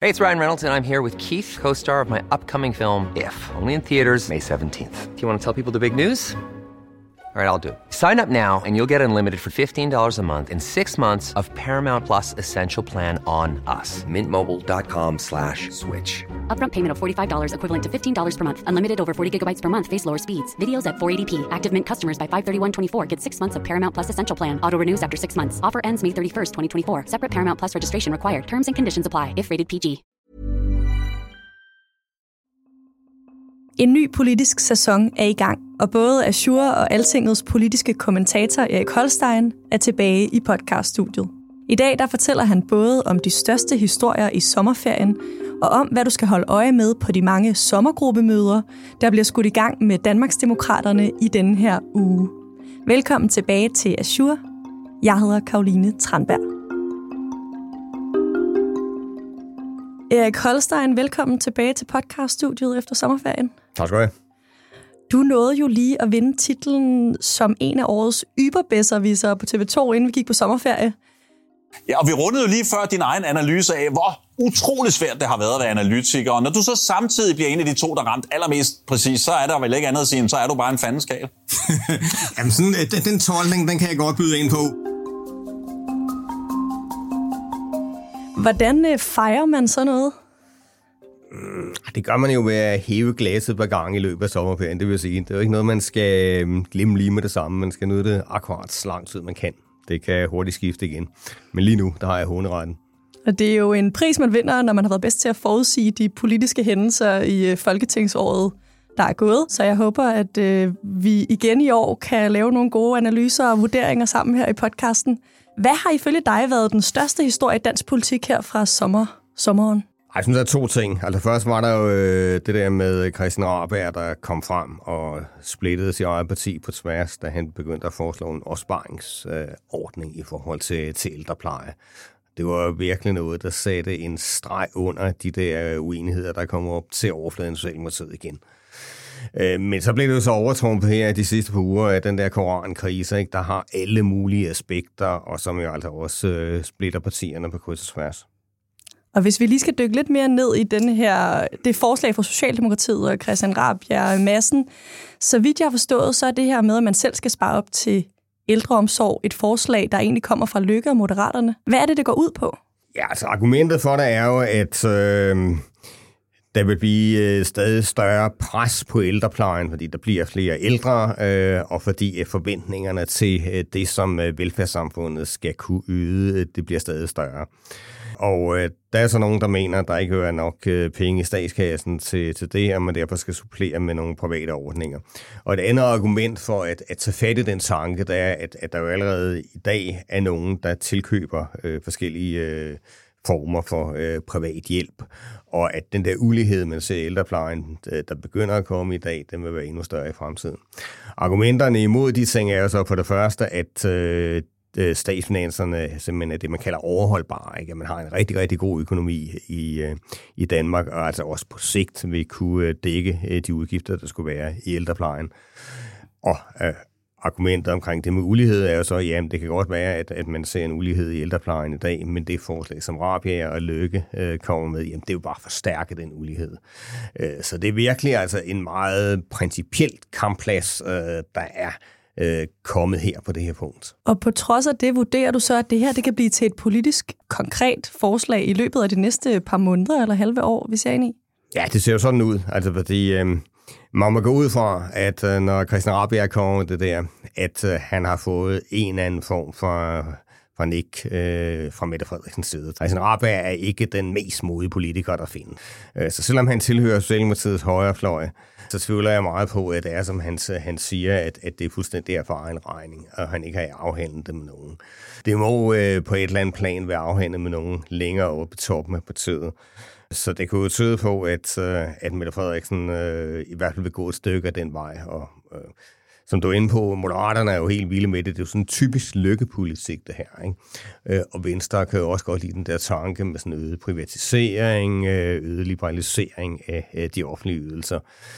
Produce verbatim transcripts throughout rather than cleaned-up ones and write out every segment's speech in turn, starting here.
Hey, it's Ryan Reynolds, and I'm here with Keith, co-star of my upcoming film, If, only in theaters May seventeenth. Do you want to tell people the big news? All right, I'll do it. Sign up now and you'll get unlimited for fifteen dollars a month and six months of Paramount Plus Essential Plan on us. Mint Mobile dot com slash switch. Upfront payment of forty-five dollars equivalent to fifteen dollars per month. Unlimited over forty gigabytes per month. Face lower speeds. Videos at four eighty p. Active Mint customers by five thirty-one twenty-four get six months of Paramount Plus Essential Plan. Auto renews after six months. Offer ends May thirty-first, twenty twenty-four. Separate Paramount Plus registration required. Terms and conditions apply if rated P G. En ny politisk sæson er i gang, og både Azure og Altingets politiske kommentator Erik Holstein er tilbage i podcaststudiet. I dag der fortæller han både om de største historier i sommerferien, og om hvad du skal holde øje med på de mange sommergruppemøder, der bliver skudt i gang med Danmarksdemokraterne i denne her uge. Velkommen tilbage til Azure. Jeg hedder Caroline Tranberg. Erik Holstein, velkommen tilbage til podcaststudiet efter sommerferien. Tak skal du have. Du nåede jo lige at vinde titlen som en af årets yberbesserwisser på T V to, inden vi gik på sommerferie. Ja, og vi rundede jo lige før din egen analyse af, hvor utrolig svært det har været at være analytiker. Og når du så samtidig bliver en af de to, der ramt allermest præcis, så er der vel ikke andet at sige, så er du bare en fandeskal. Jamen sådan, den, den tolkning, den kan jeg godt byde ind på. Hvordan fejrer man sådan noget? Mm, det gør man jo ved at hæve glasset par gange i løbet af sommerferien, det vil sige. Det er jo ikke noget, man skal glemme lige med det samme. Man skal nyde det akkurat så lang tid, man kan. Det kan hurtigt skifte igen. Men lige nu, der har jeg håneretten. Og det er jo en pris, man vinder, når man har været bedst til at forudsige de politiske hændelser i folketingsåret, der er gået. Så jeg håber, at øh, vi igen i år kan lave nogle gode analyser og vurderinger sammen her i podcasten. Hvad har ifølge dig været den største historie i dansk politik her fra sommer, sommeren? Jeg synes, der er to ting. Altså først var der jo øh, det der med Christian Rabjerg, der kom frem og splittede sit eget parti på tværs, da han begyndte at foreslå en opsparingsordning øh, i forhold til, til ældrepleje. Det var virkelig noget, der satte en streg under de der uenigheder, der kom op til overfladen Socialdemokratiet igen. Men så blev det jo så overtrumpet her de sidste par uger af den der korankrise, ikke, der har alle mulige aspekter, og som jo altså også øh, splitter partierne på kryds og tværs. Og hvis vi lige skal dykke lidt mere ned i denne her, det forslag fra Socialdemokratiet og Christian Rabjerg Madsen, så vidt jeg har forstået, så er det her med, at man selv skal spare op til ældreomsorg, et forslag, der egentlig kommer fra Løkke og Moderaterne. Hvad er det, det går ud på? Ja, altså argumentet for det er jo, at øh, der vil blive stadig større pres på ældreplejen, fordi der bliver flere ældre, øh, og fordi forventningerne til øh, det, som øh, velfærdssamfundet skal kunne yde, det bliver stadig større. Og øh, der er så nogen, der mener, at der ikke er nok øh, penge i statskassen til, til det, og man derfor skal supplere med nogle private ordninger. Og et andet argument for at, at tage fat i den tanke, der er, at, at der jo allerede i dag er nogen, der tilkøber øh, forskellige øh, former for øh, privat hjælp, og at den der ulighed, man ser i ældreplejen, der begynder at komme i dag, den vil være endnu større i fremtiden. Argumenterne imod de ting er jo så for det første, at øh, statsfinanserne simpelthen er det, man kalder overholdbare, ikke? At man har en rigtig, rigtig god økonomi i, i Danmark, og altså også på sigt vil kunne dække de udgifter, der skulle være i ældreplejen. Og øh, argumentet omkring det med ulighed er jo så, jamen det kan godt være, at, at man ser en ulighed i ældreplejen i dag, men det forslag, som Rabjerg og Løkke øh, kommer med, jamen det er jo bare forstærket den ulighed. Øh, så det er virkelig altså en meget principielt kampplads, øh, der er øh, kommet her på det her punkt. Og på trods af det, vurderer du så, at det her det kan blive til et politisk konkret forslag i løbet af de næste par måneder eller halve år, hvis jeg er enig i? Ja, det ser jo sådan ud, altså fordi øh, man må gå ud fra, at øh, når Christian Rabjerg kommer med det der, at øh, han har fået en eller anden form for fra Nick øh, fra Mette Frederiksens side. Christian Rabjerg er ikke den mest modige politiker, der findes. Øh, så selvom han tilhører Socialdemokratiets højrefløj, så tvivler jeg meget på, at det er, som han, han siger, at, at det er fuldstændig der for egen regning, og han ikke har afhandlet det med nogen. Det må øh, på et eller andet plan være afhandlet med nogen længere oppe på toppen af partiet. Så det kunne jo tyde på, at, øh, at Mette Frederiksen øh, i hvert fald vil gå et stykke af den vej, og øh, som du er inde på, Moderaterne er jo helt vilde med det. Det er jo sådan en typisk lykkepolitik, det her, ikke? Og Venstre kan jo også godt lide den der tanke med sådan øget privatisering, øget liberalisering af de offentlige ydelser.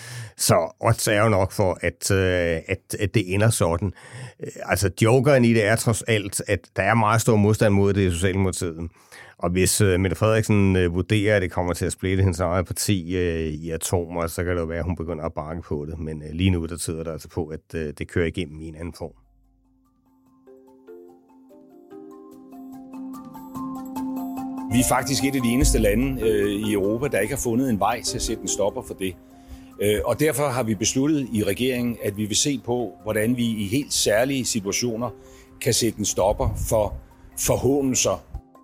Så odds er jo nok for, at, at, at det ender sådan. Altså, jokeren i det er trods alt, at der er meget stor modstand mod det i Socialdemokratiet. Og hvis uh, Mette Frederiksen uh, vurderer, at det kommer til at splitte hendes eget parti uh, i atomer, så kan det jo være, at hun begynder at bakke på det. Men uh, lige nu der tyder det altså på, at uh, det kører igennem i en anden form. Vi er faktisk et af de eneste lande øh, i Europa, der ikke har fundet en vej til at sætte en stopper for det. Øh, og derfor har vi besluttet i regeringen, at vi vil se på, hvordan vi i helt særlige situationer kan sætte en stopper for forhånelser.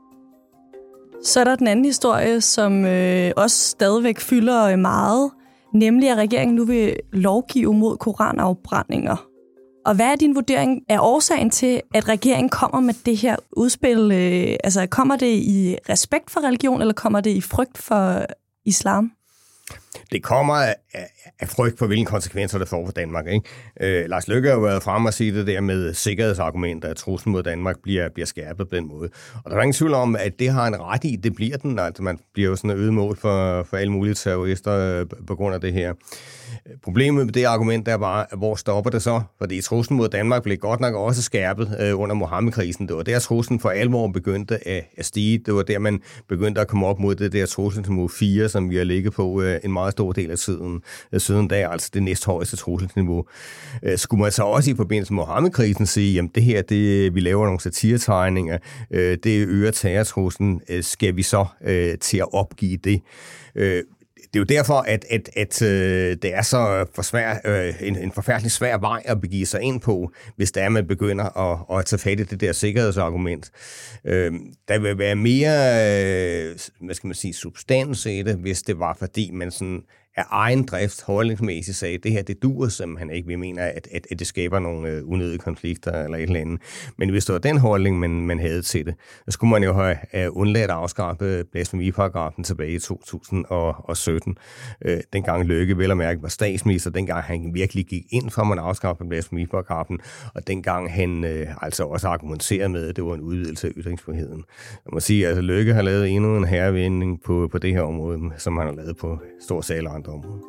Så er der den anden historie, som øh, også stadigvæk fylder meget, nemlig at regeringen nu vil lovgive mod koranafbrændinger. Og hvad er din vurdering af årsagen til, at regeringen kommer med det her udspil? Øh, altså, kommer det i respekt for religion, eller kommer det i frygt for islam? Det kommer af, af frygt for, hvilke konsekvenser det får for Danmark. Ikke? Øh, Lars Løkke har jo været frem og sige det der med sikkerhedsargumenter, at truslen mod Danmark bliver, bliver skærpet på den måde. Og der er ingen tvivl om, at det har en ret i, det bliver den. Altså, man bliver jo sådan øget mål for, for alle mulige terrorister på grund af det her. Problemet med det argument er bare, hvor stopper det så? Fordi truslen mod Danmark blev godt nok også skærpet øh, under Mohammed-krisen. Det var der truslen for alvor begyndte at, at stige. Det var der, man begyndte at komme op mod det der trusselsniveau fire, som vi har ligget på øh, en meget stor del af tiden, øh, siden da, altså det næsthøjeste trusselsniveau. Øh, skulle man så også i forbindelse med Mohammed-krisen sige, jamen det her, det, vi laver nogle satiretegninger, øh, det øger terrortruslen, øh, skal vi så øh, til at opgive det? Øh, Det er jo derfor, at, at, at øh, det er så for svær, øh, en, en forfærdelig svær vej at begive sig ind på, hvis der man begynder at, at tage fat i det der sikkerhedsargument. Øh, der vil være mere, øh, hvad skal man sige, substans i det, hvis det var fordi man sådan af egen drift holdningsmæssigt sagde, at det her, det duer simpelthen ikke. Vi mener, at, at, at det skaber nogle øh, unødige konflikter eller et eller andet. Men hvis det var den holdning, man, man havde til det, så skulle man jo have uh, undladt at afskaffe blasfemiparagrafen tilbage i to tusind og sytten. Øh, dengang Løkke vel og mærke var statsminister, dengang han virkelig gik ind for, at man afskaffede blasfemiparagrafen, og dengang han øh, altså også argumenterede med, at det var en udvidelse af ytringsfriheden. Jeg må sige, at altså, Løkke har lavet endnu en herrevinding på, på det her område, som han har lavet på stor sal og andre områder.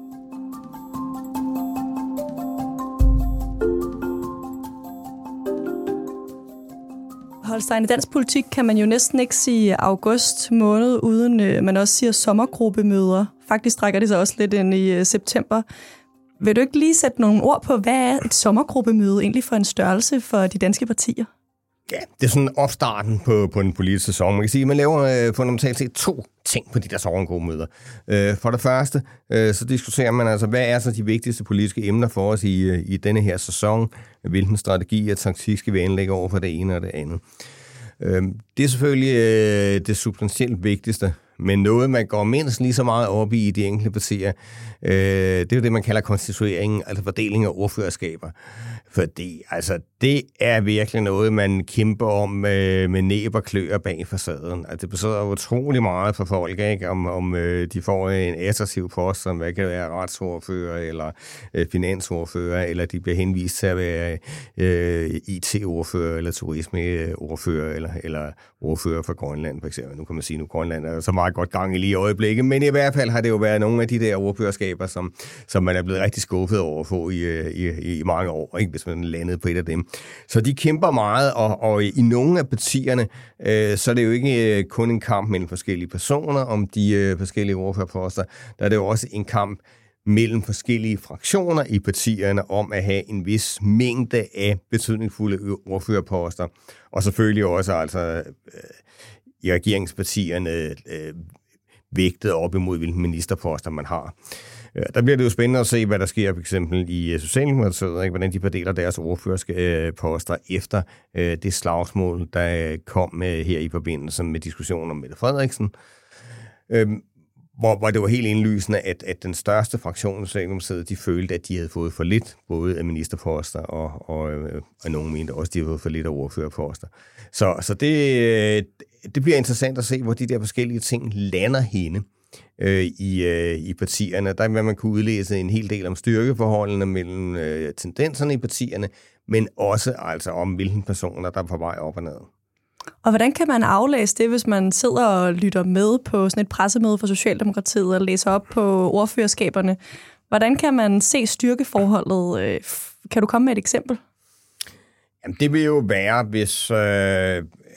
Holstein, i dansk politik kan man jo næsten ikke sige august måned, uden øh, man også siger sommergruppemøder. Faktisk strækker det sig også lidt ind i øh, september. Vil du ikke lige sætte nogle ord på, hvad er et sommergruppemøde egentlig for en størrelse for de danske partier? Ja, det er sådan opstarten på, på den politiske sæson. Man kan sige, at man laver øh, fundamentalt set to ting på de der sommergruppemøder. Øh, for det første, øh, så diskuterer man altså, hvad er så de vigtigste politiske emner for os i, i denne her sæson? Hvilken strategi og taktik skal vi anlægge over for det ene og det andet? Øh, det er selvfølgelig øh, det substantielt vigtigste, men noget, man går mindst lige så meget op i i de enkelte partier, øh, det er jo det, man kalder konstitueringen, altså fordeling af ordførerskaber. Fordi altså, det er virkelig noget, man kæmper om øh, med næb og kløer bag facaden. Altså, det betyder utrolig meget for folk, ikke? Om, om øh, de får en attraktiv post, som hvad kan det være, retsordfører eller øh, finansordfører, eller de bliver henvist til at være øh, I T-ordfører eller turismeordfører eller, eller ordfører for Grønland, for eksempel. Nu kan man sige, at nu Grønland er så meget godt gang i lige i øjeblikket, men i hvert fald har det jo været nogle af de der ordførerskaber, som, som man er blevet rigtig skuffet over at få i, i, i mange år, ikke? Hvis man landede på et af dem. Så de kæmper meget, og, og i nogle af partierne, øh, så er det jo ikke øh, kun en kamp mellem forskellige personer om de øh, forskellige ordførerposter, der er det jo også en kamp mellem forskellige fraktioner i partierne om at have en vis mængde af betydningsfulde ordførerposter, og selvfølgelig også altså øh, i regeringspartierne øh, vægtet op imod, hvilke ministerposter man har. Der bliver det jo spændende at se, hvad der sker for eksempel i Socialdemokratiet, ikke? Hvordan de fordeler deres ordførerposter efter øh, det slagsmål, der kom øh, her i forbindelse med diskussionen om Mette Frederiksen. Øhm, hvor, hvor det var helt indlysende, at, at den største fraktion af Socialdemokratiet, de følte, at de havde fået for lidt, både af ministerposter, og, og, og nogen mente også, at de havde fået for lidt af ordførerposter. Så, så det, det bliver interessant at se, hvor de der forskellige ting lander henne øh, i, øh, i partierne. Der vil man kunne udlæse en hel del om styrkeforholdene mellem øh, tendenserne i partierne, men også altså om, hvilke personer, der er på vej op og ned. Og hvordan kan man aflæse det, hvis man sidder og lytter med på sådan et pressemøde for Socialdemokratiet og læser op på ordførerskaberne? Hvordan kan man se styrkeforholdet? Kan du komme med et eksempel? Jamen, det vil jo være, hvis øh,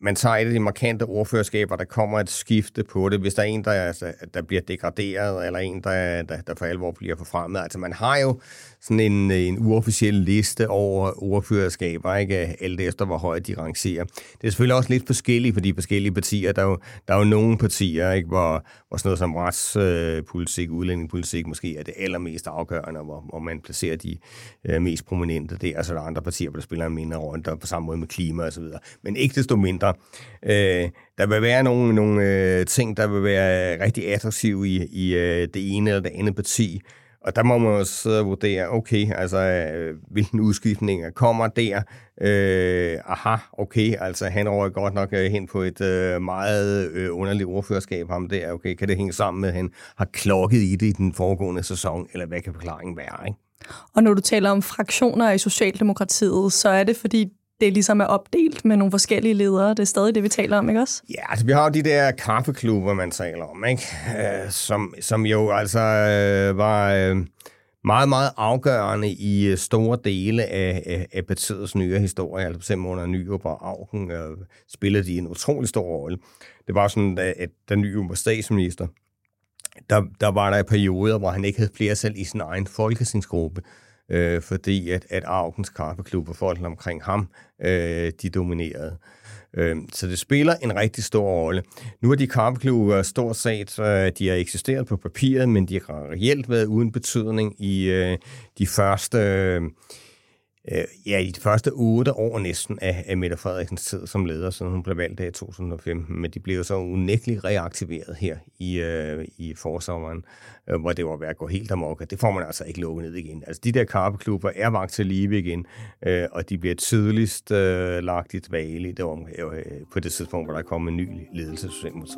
man tager et af de markante ordførerskaber, der kommer et skifte på det, hvis der er en, der, altså, der bliver degraderet, eller en, der, der, der for alvor bliver forfremmet. Altså man har jo sådan en, en uofficiel liste over ordførerskaber, ikke? Alt efter, hvor højt de rangerer. Det er selvfølgelig også lidt forskelligt for de forskellige partier. Der er jo, der er jo nogle partier, ikke? Hvor, hvor sådan noget som retspolitik, udlændingepolitik måske er det allermest afgørende, hvor, hvor man placerer de øh, mest prominente. Det er altså der er andre partier, hvor der spiller en mindre rolle, der på samme måde med klima og så videre. Men ikke desto mindre. Øh, der vil være nogle, nogle øh, ting, der vil være rigtig attraktive i, i øh, det ene eller det andet parti. Og der må man jo sidde og vurdere, okay, altså, øh, hvilken udskiftninger kommer der? Øh, aha, okay, altså han røg godt nok øh, hen på et øh, meget øh, underligt ordførerskab, ham der. Okay, kan det hænge sammen med, at han har klokket i det i den foregående sæson, eller hvad kan forklaringen være, ikke? Og når du taler om fraktioner i Socialdemokratiet, så er det fordi, det ligesom er opdelt med nogle forskellige ledere. Det er stadig det, vi taler om, ikke også? Ja, altså vi har jo de der kaffeklubber, man taler om, ikke? Øh, som, som jo altså øh, var øh, meget, meget afgørende i øh, store dele af, af, af partiets nyere historie. Altså simpelthen under Nyrup og Auken øh, spillede de en utrolig stor rolle. Det var sådan, at da Nyrup var statsminister, der, der var der perioder, hvor han ikke havde flertal i sin egen folketingsgruppe. Øh, fordi at, at Augens kaffeklub og folk omkring ham, øh, de dominerede. Øh, så det spiller en rigtig stor rolle. Nu er de kaffeklubber stort set, øh, de har eksisteret på papiret, men de har reelt været uden betydning i øh, de første... Øh, Ja, i de første otte år næsten af, af Mette Frederiksens tid som leder, siden hun blev valgt i to tusind og femten. Men de blev så unægteligt reaktiveret her i, øh, i forsommeren, øh, hvor det var ved at gå helt amok. Det får man altså ikke lukket ned igen. Altså de der kaffeklubber er vagt til live igen, øh, og de bliver tydeligst øh, lagt i dvale det var, øh, på det tidspunkt, hvor der er kommet en ny ledelse til Socialdemokratiet.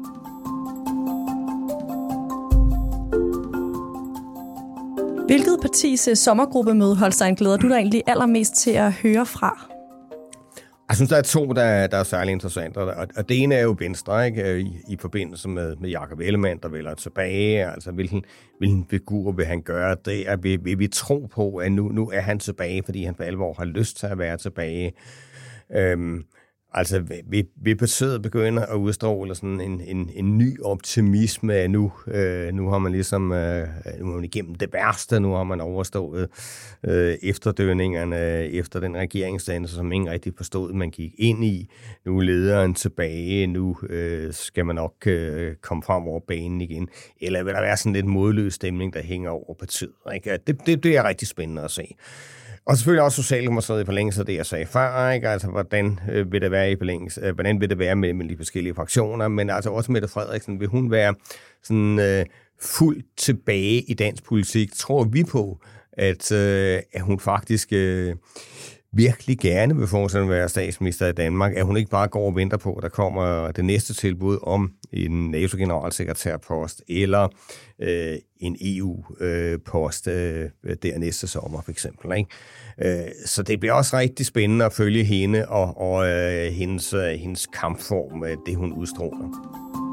Hvilket partis sommergruppemøde, Holstein, glæder du dig egentlig allermest til at høre fra? Jeg synes, der er to, der, der er særlig interessante, og, og det ene er jo Venstre, ikke? I, i forbindelse med, med Jakob Ellemann, der vælger tilbage. Altså, hvilken, hvilken figur vil han gøre det? Er, vil, vil vi tro på, at nu, nu er han tilbage, fordi han for alvor har lyst til at være tilbage? Øhm, Altså, vi, vi partiet begynder at udstråle sådan en, en, en ny optimisme, at nu, øh, nu har man ligesom øh, nu har man igennem det værste, nu har man overstået øh, efterdønningerne efter den regeringsdannelse, som ingen rigtig forstod, man gik ind i. Nu er lederen tilbage, nu øh, skal man nok øh, komme frem over banen igen. Eller vil der være sådan lidt modløs stemning, der hænger over partiet, ikke? Det, det, det er rigtig spændende at se. Og selvfølgelig også Socialdemokratiet i forlængelse af det, jeg sagde før, ikke? Altså, hvordan øh, vil det være i forlængelse, øh, hvordan vil det være med, med de forskellige fraktioner, men altså også Mette Frederiksen, vil hun være sådan øh, fuldt tilbage i dansk politik? Tror vi på, at, øh, at hun faktisk øh, virkelig gerne vil fortsætte at være statsminister i Danmark, at hun ikke bare går og venter på, at der kommer det næste tilbud om en NATO-generalsekretærpost eller øh, en E U-post øh, der næste sommer, for eksempel. Ikke? Øh, så det bliver også rigtig spændende at følge hende og, og øh, hendes, øh, hendes kampform, øh, det hun udstråler.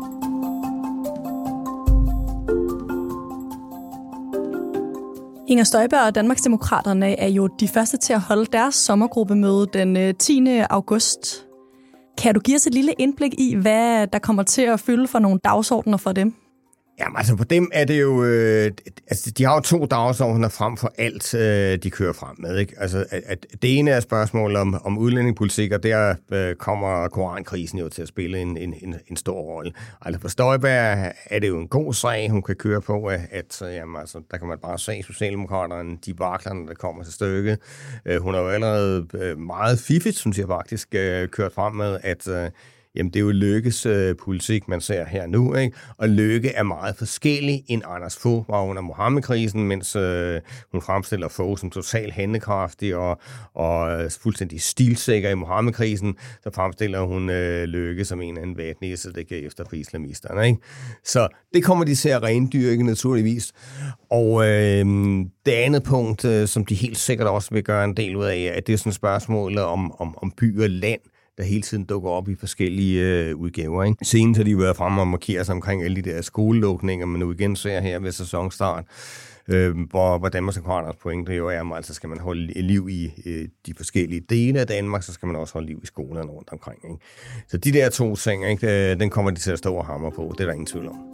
Inger Støjberg og Danmarksdemokraterne er jo de første til at holde deres sommergruppemøde den tiende august. Kan du give os et lille indblik i, hvad der kommer til at fylde for nogle dagsordner for dem? Jamen altså for dem er det jo, øh, altså de har jo to dagsordner frem for alt, øh, de kører frem med, ikke? Altså at, at det ene er spørgsmålet om, om udlændingepolitik, og der øh, kommer korankrisen jo til at spille en, en, en, en stor rolle. Altså for Støjberg er det jo en god sag, hun kan køre på, at, at jamen, altså, der kan man bare se Socialdemokraterne, de vakler, når der kommer til stykket. Øh, hun har jo allerede øh, meget fiffigt, synes jeg faktisk, øh, kørt frem med, at øh, jamen, det er jo Løkkes øh, politik, man ser her nu, ikke? Og Løkke er meget forskellig end Anders Fogh var under Mohammed-krisen, mens øh, hun fremstiller Fogh som totalt handlekraftig og, og øh, fuldstændig stilsikker i Mohammed-krisen, så fremstiller hun øh, Løkke som en eller anden vatnisse, det kan efter for islamisterne, ikke? Så det kommer de til at rendyrke naturligvis. Og øh, det andet punkt, øh, som de helt sikkert også vil gøre en del ud af, at det er sådan et spørgsmål om, om, om by og land. der hele tiden dukker op i forskellige øh, udgaver. Ikke? Senest har de været fremme og markeret sig omkring alle de der skolelukninger, man nu igen ser her ved sæsonstart, øh, hvor, hvor Danmarksdemokraternes pointe jo er, at altså skal man holde liv i øh, de forskellige dele af Danmark, så skal man også holde liv i skolerne rundt omkring. Ikke? Så de der to ting, ikke, øh, den kommer de til at stå og hamre på, det er der ingen tvivl om.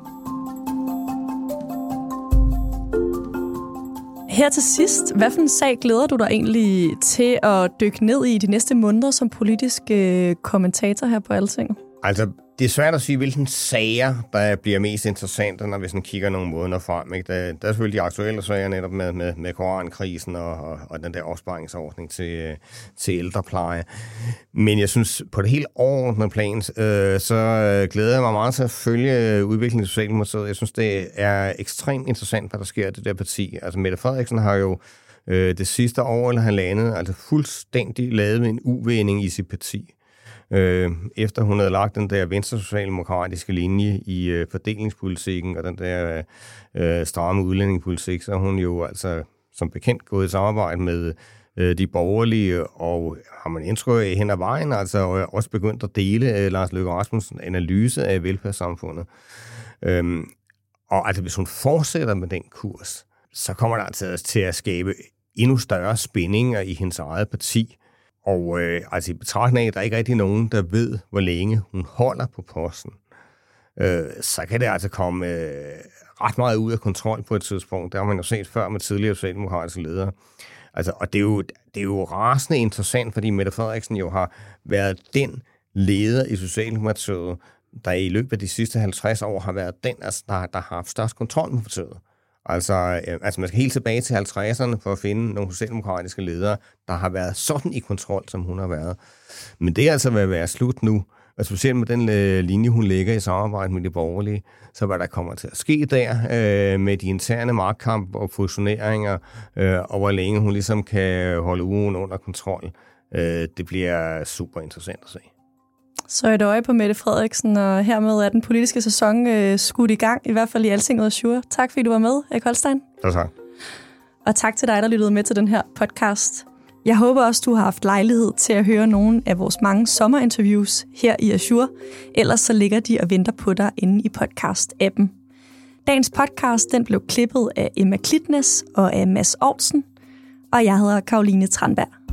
Her til sidst, hvad for en sag glæder du dig egentlig til at dykke ned i de næste måneder som politisk øh, kommentator her på Altinget? Altså, det er svært at sige, hvilke sager, der bliver mest interessante, når vi sådan kigger nogle måneder frem. Ikke? Der, der er selvfølgelig de aktuelle sager netop med, med, med korankrisen og, og, og den der opsparingsordning til, til ældrepleje. Men jeg synes, på det helt overordnede plan, øh, så glæder jeg mig meget til at følge udviklingen i Socialdemokratiet. Jeg synes, det er ekstremt interessant, hvad der sker i det der parti. Altså, Mette Frederiksen har jo øh, det sidste år eller halvandet altså fuldstændig lavet en uvending i sit parti. Øh, efter hun havde lagt den der venstre-socialdemokratiske linje i øh, fordelingspolitikken og den der øh, stramme udlændingepolitik, så er hun jo altså som bekendt gået i samarbejde med øh, de borgerlige, og har man indtryk af hen ad vejen, altså også begyndt at dele øh, Lars Løkke Rasmussens analyse af velfærdssamfundet. Øh, og altså hvis hun fortsætter med den kurs, så kommer der altså til at skabe endnu større spændinger i hendes eget parti. Og øh, altså i betragtning af, at der ikke rigtig nogen, der ved, hvor længe hun holder på posten, øh, så kan det altså komme øh, ret meget ud af kontrol på et tidspunkt. Det har man jo set før med tidligere socialdemokratiske ledere. Altså, og det er, jo, det er jo rasende interessant, fordi Mette Frederiksen jo har været den leder i Socialdemokratiet, der i løbet af de sidste halvtreds år har været den, altså, der, der har haft størst kontrol med partiet. Altså, øh, altså man skal helt tilbage til halvtredserne for at finde nogle socialdemokratiske ledere, der har været sådan i kontrol, som hun har været. Men det er altså ved at være slut nu. Og specielt med den øh, linje, hun lægger i samarbejde med de borgerlige, så hvad der kommer til at ske der øh, med de interne magtkamp og fusioneringer, øh, og hvor længe hun ligesom kan holde ugen under kontrol, øh, det bliver super interessant at se. Så et øje på Mette Frederiksen, og hermed er den politiske sæson øh, skudt i gang, i hvert fald i Altinget og Sjur. Tak fordi du var med, Erik Holstein. Tak, tak. Og tak til dig, der lyttede med til den her podcast. Jeg håber også, du har haft lejlighed til at høre nogle af vores mange sommerinterviews her i Azure. Ellers så ligger de og venter på dig inde i podcast-appen. Dagens podcast den blev klippet af Emma Klitnes og af Mads Aarhusen, og jeg hedder Caroline Tranberg.